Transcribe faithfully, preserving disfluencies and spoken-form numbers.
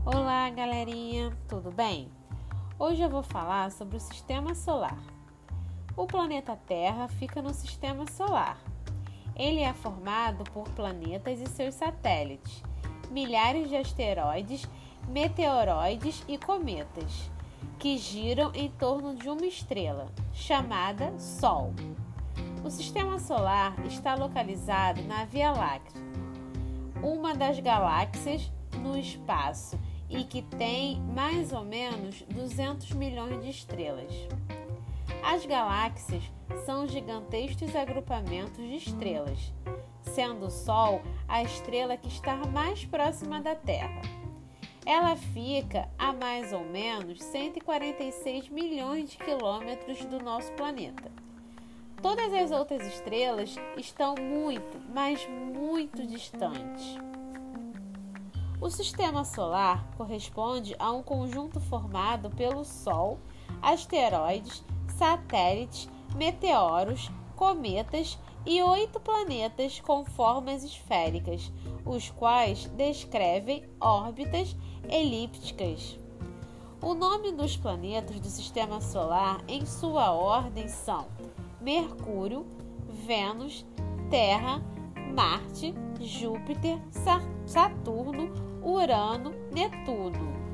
Olá, galerinha, tudo bem? Hoje eu vou falar sobre o Sistema Solar. O planeta Terra fica no Sistema Solar. Ele é formado por planetas e seus satélites, milhares de asteroides, meteoroides e cometas, que giram em torno de uma estrela, chamada Sol. O Sistema Solar está localizado na Via Láctea, uma das galáxias no espaço e que tem mais ou menos duzentos milhões de estrelas. As galáxias são gigantescos agrupamentos de estrelas, sendo o Sol a estrela que está mais próxima da Terra. Ela fica a mais ou menos cento e quarenta e seis milhões de quilômetros do nosso planeta. Todas as outras estrelas estão muito, mas muito distantes. O Sistema Solar corresponde a um conjunto formado pelo Sol, asteroides, satélites, meteoros, cometas e oito planetas com formas esféricas, os quais descrevem órbitas elípticas. O nome dos planetas do Sistema Solar em sua ordem são Mercúrio, Vênus, Terra, Marte, Júpiter, Saturno, Urano, Netuno.